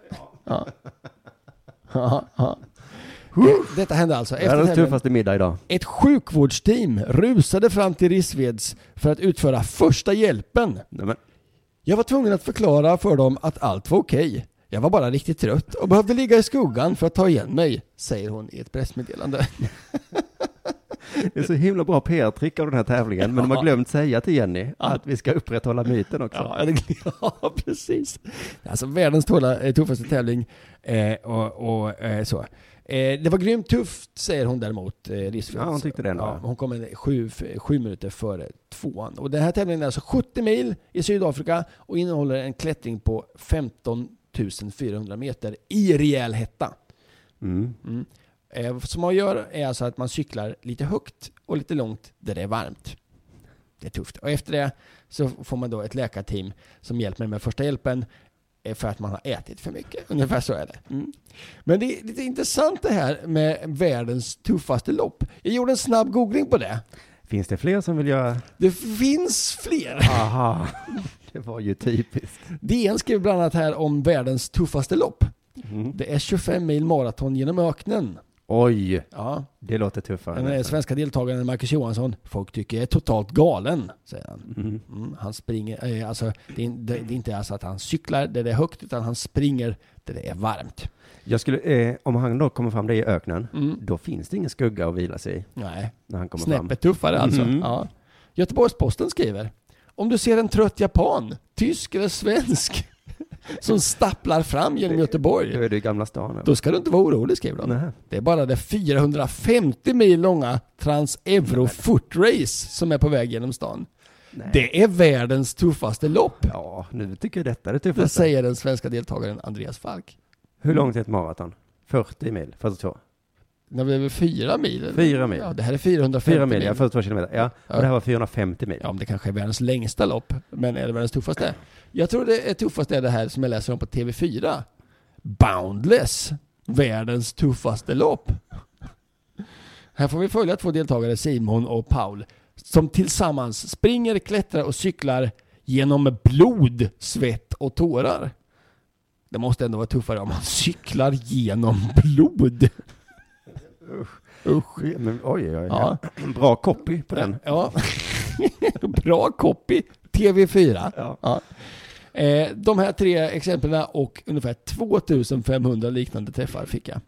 Ja. Detta hände alltså efter världens tuffaste middag idag. Ett sjukvårdsteam rusade fram till Rissveds för att utföra första hjälpen. Jag var tvungen att förklara för dem att allt var okej. Jag var bara riktigt trött och behövde ligga i skuggan för att ta igen mig, säger hon i ett pressmeddelande. Det är så himla bra PR-trick av den här tävlingen, men de har glömt säga till Jenny att vi ska upprätthålla myten också. Ja, precis. Alltså världens tuffaste tävling så. Det var grymt tufft, säger hon däremot, Rissved. Ja, hon tyckte det ändå. Hon kom in 7 minuter före 2:an. Och den här tävlingen är alltså 70 mil i Sydafrika och innehåller en klättring på 15 400 meter i rejäl hetta. Som man gör är alltså att man cyklar lite högt och lite långt där det är varmt. Det är tufft. Och efter det så får man då ett läkarteam som hjälper med första hjälpen för att man har ätit för mycket. Ungefär så är det. Men det är lite intressant det här med världens tuffaste lopp. Jag gjorde en snabb googling på det. Finns det fler som vill göra? Det finns fler. Aha, det var ju typiskt. DN skrev bland annat här om världens tuffaste lopp. Det är 25 mil maraton genom öknen. Oj, ja. Det låter tuffare. Den svenska deltagaren Marcus Johansson, folk tycker jag är totalt galen, säger han. Han springer, alltså det är inte alltså att han cyklar där det är högt, utan han springer där det är varmt. Jag skulle, om han då kommer fram det i öknen, då finns det ingen skugga att vila sig i. Nej, när han kommer snäppet fram. Tuffare alltså. Ja. Göteborgs-Posten skriver: om du ser en trött japan, tysk eller svensk som stapplar fram genom Göteborg, då är det i Gamla stan. Då ska du inte vara orolig, skriver de. Nej. Det är bara det 450 mil långa Trans-Euro Footrace som är på väg genom stan. Nej. Det är världens tuffaste lopp. Ja, nu tycker jag detta är det tuffaste. Det säger den svenska deltagaren Andreas Falk. Hur långt är ett maraton? 40 mil, 42. Det blev 4 mil. 4 mil. Ja, det här är 450 mil. Ja, 42 kilometer. Ja, och det här var 450 mil. Ja, men det kanske är världens längsta lopp. Men är det världens tuffaste? Jag tror det är tuffaste är det här som jag läser om på TV4. Boundless. Världens tuffaste lopp. Här får vi följa 2 deltagare, Simon och Paul, som tillsammans springer, klättrar och cyklar genom blod, svett och tårar. Det måste ändå vara tuffare om man cyklar genom blod. Usch. Men, oj. Ja. Bra copy på den. Ja. Bra copy. TV4. Ja. De här 3 exemplen och ungefär 2500 liknande träffar fick jag.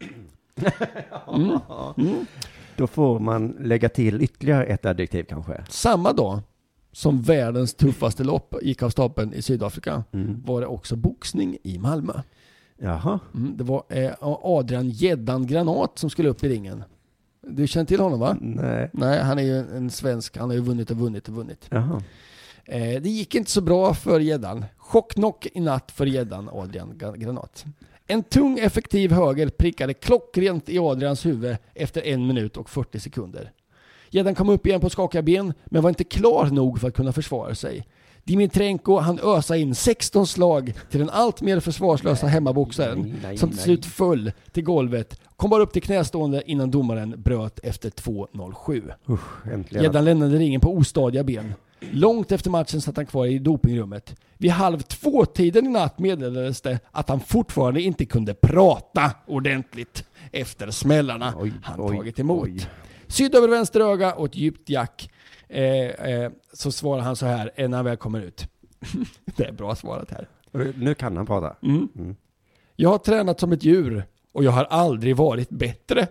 Då får man lägga till ytterligare ett adjektiv kanske. Samma dag som världens tuffaste lopp gick av stapeln i Sydafrika var det också boxning i Malmö. Jaha. Det var Adrian Gäddan Granat som skulle upp i ringen. Du känner till honom, va? Nej, han är ju en svensk. Han har ju vunnit. Jaha. Det gick inte så bra för Gäddan. Chocknock i natt för Gäddan, Adrian Granat. En tung effektiv höger prickade klockrent i Adrians huvud efter 1 minut och 40 sekunder. Gäddan kom upp igen på skakiga ben, men var inte klar nog för att kunna försvara sig. Dimitrenko, han ösade in 16 slag till den allt mer försvarslösa hemmaboxaren som till slut föll till golvet. Kom bara upp till knästående innan domaren bröt efter 2:07. Gäddan lämnade ringen på ostadiga ben. Långt efter matchen satt han kvar i dopingrummet. Vid 1:30 i natt meddelades det att han fortfarande inte kunde prata ordentligt efter smällarna han tagit emot. Sydd över vänster öga och ett djupt jack. Så svarar han så här när han väl kommer ut. Det är bra svarat här. Nu kan han prata. Jag har tränat som ett djur och jag har aldrig varit bättre.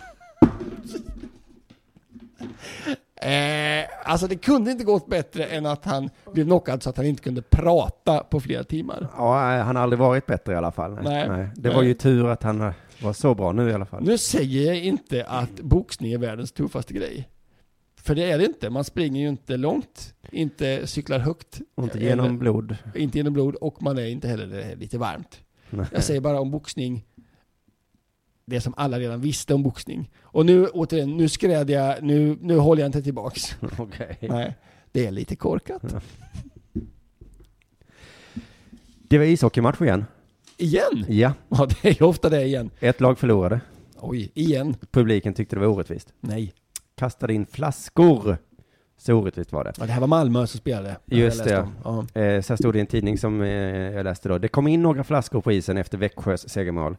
Alltså det kunde inte gått bättre än att han blev knockad så att han inte kunde prata på flera timmar. Ja, han har aldrig varit bättre i alla fall. Nej. Det var ju tur att han var så bra nu i alla fall. Nu säger jag inte att boxning är världens tuffaste grej. För det är det inte. Man springer ju inte långt, inte cyklar högt. Och inte genom blod. Inte genom blod och man är inte heller lite varmt. Nej. Jag säger bara om boxning. Det som alla redan visste om boxning. Och nu återigen, nu skräd jag, nu håller jag inte tillbaks. Okej. Nej, det är lite korkat. Ja. Det var ishockeymatch igen. Igen? Ja. Ja, det är ju ofta det igen. Ett lag förlorade. Oj, igen. Publiken tyckte det var orättvist. Nej. Kastade in flaskor. Så orättvist var det. Ja, det här var Malmö som spelade. Just det. Ja. Så här stod det i en tidning som jag läste då. Det kom in några flaskor på isen efter Växjös segermål.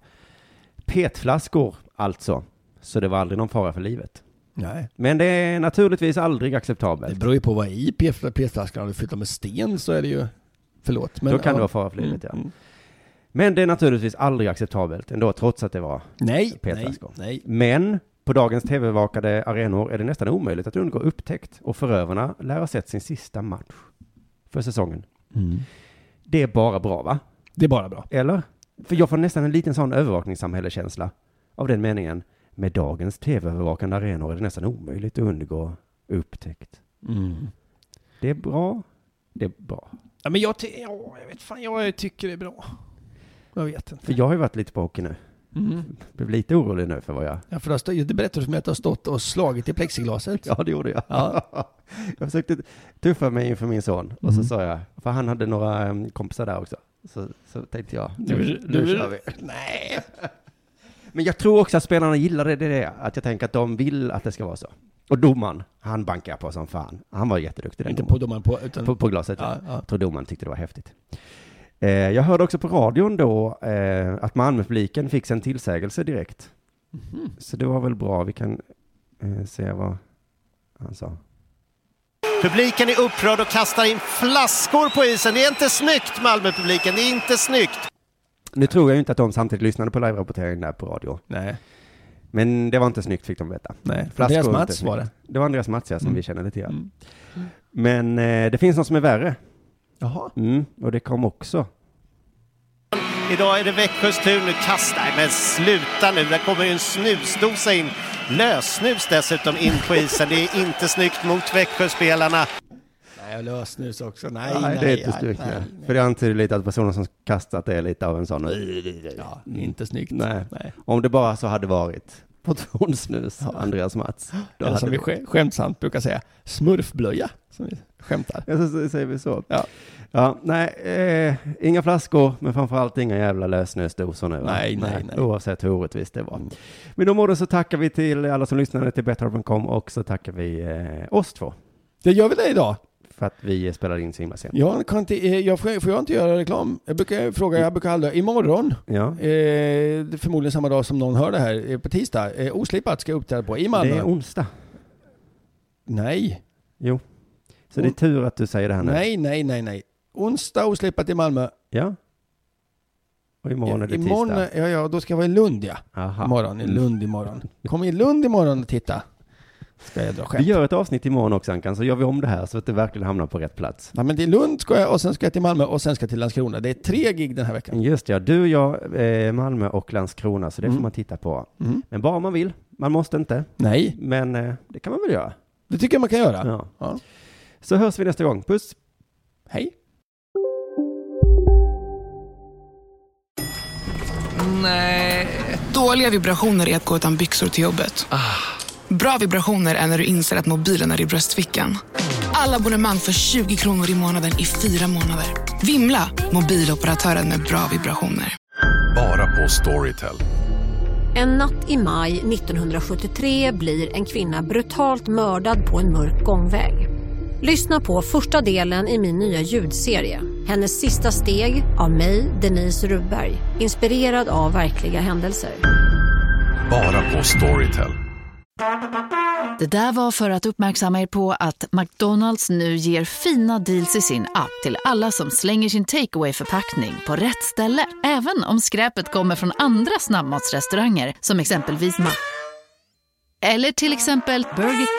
Petflaskor alltså. Så det var aldrig någon fara för livet. Nej. Men det är naturligtvis aldrig acceptabelt. Det beror ju på vad i petflaskan. Om du fyllt med sten så är det ju... Förlåt. Men, då kan det vara fara för livet, ja. Men det är naturligtvis aldrig acceptabelt ändå, trots att det var petflaskor. Nej. Men på dagens tv-vakade arenor är det nästan omöjligt att undgå upptäckt. Och förövarna lär ha sett sin sista match för säsongen. Det är bara bra, va? Det är bara bra. Eller? För jag får nästan en liten sån övervakningssamhällekänsla av den meningen. Med dagens tv-övervakande arenor är det nästan omöjligt att undgå upptäckt. Det är bra. Det är bra. Ja, men jag tycker det är bra. Jag vet inte. För jag har ju varit lite på hockey nu. Jag blev lite orolig nu för vad jag... Ja, för det berättade du för mig att du har stått och slagit i plexiglaset. Ja, det gjorde jag. Ja. Jag försökte tuffa mig inför min son. Och så sa jag, för han hade några kompisar där också. Så tänkte jag, nu kör vi. Nej. Men jag tror också att spelarna gillar det. Att jag tänker att de vill att det ska vara så. Och domaren, han bankar på som fan. Han var jätteduktig. Inte på domaren, utan... på glaset. Ja. Jag tror domaren tyckte det var häftigt. Jag hörde också på radion då att Malmö-publiken fick en tillsägelse direkt. Så det var väl bra. Vi kan se vad han sa. Publiken är upprörd och kastar in flaskor på isen. Det är inte snyggt, Malmö-publiken. Det är inte snyggt. Nu tror jag inte att de samtidigt lyssnade på live-rapporteringen där på radio. Nej. Men det var inte snyggt, fick de veta. Nej, Andreas Mats var det. Det var Andreas Mats, som vi känner lite grann. Men det finns något som är värre. Jaha. Och det kom också. Idag är det Växjös tur. Nu kastar men sluta nu. Där kommer en snusdosa in. Lössnus dessutom in på isen. Det är inte snyggt mot Växjöspelarna. Nej, lössnus också. Nej, det är inte snyggt. För det antyder lite att personen som kastat är lite av en sån. Ja, inte snyggt. Nej. Om det bara så hade varit portionsnus, Andreas Mats. Eller som vi skämtsamt brukar säga, smurfblöja, som vi skämtar. Ja, så säger vi så. Ja, nej, inga flaskor, men framförallt inga jävla lösnusdosor nu. Nej. Oavsett hur orättvist det var. Men de orden så tackar vi till alla som lyssnade till Betthard.com och så tackar vi oss två. Det gör vi det idag. För att vi spelar in så himla sent. Får jag inte göra reklam? Jag brukar aldrig. Imorgon, förmodligen samma dag som någon hör det här, på tisdag, Oslipat ska uppträda på i Malmö. Det är onsdag. Nej. Jo. Så det är tur att du säger det här nu. Nej. Onsdag Oslipat i Malmö. Ja. Och imorgon är det tisdag. Ja, då ska jag vara i Lund, ja. Aha. Imorgon, i Lund imorgon. Kom i Lund imorgon och titta. Ska jag dra skämt. Vi gör ett avsnitt imorgon också, Ankan, så gör vi om det här så att det verkligen hamnar på rätt plats. Ja, men till Lund ska jag, och sen ska jag till Malmö och sen ska jag till Landskrona. Det är 3 gig den här veckan. Just det, ja. Du, jag, Malmö och Landskrona, så det får man titta på. Men bara om man vill. Man måste inte. Nej. Men det kan man väl göra. Det tycker jag man kan göra. Ja. Så hörs vi nästa gång. Puss. Hej. Nej. Dåliga vibrationer är att gå utan byxor till jobbet. Bra vibrationer är när du inser att mobilen är i bröstfickan. Alla abonnemang för 20 kronor i månaden i 4 månader. Vimla, mobiloperatören med bra vibrationer. Bara på Storytel. En natt i maj 1973 blir en kvinna brutalt mördad på en mörk gångväg. Lyssna på första delen i min nya ljudserie. Hennes sista steg av mig, Denise Rubberg. Inspirerad av verkliga händelser. Bara på Storytel. Det där var för att uppmärksamma er på att McDonalds nu ger fina deals i sin app till alla som slänger sin takeaway-förpackning på rätt ställe. Även om skräpet kommer från andra snabbmatsrestauranger som exempelvis eller till exempel Burger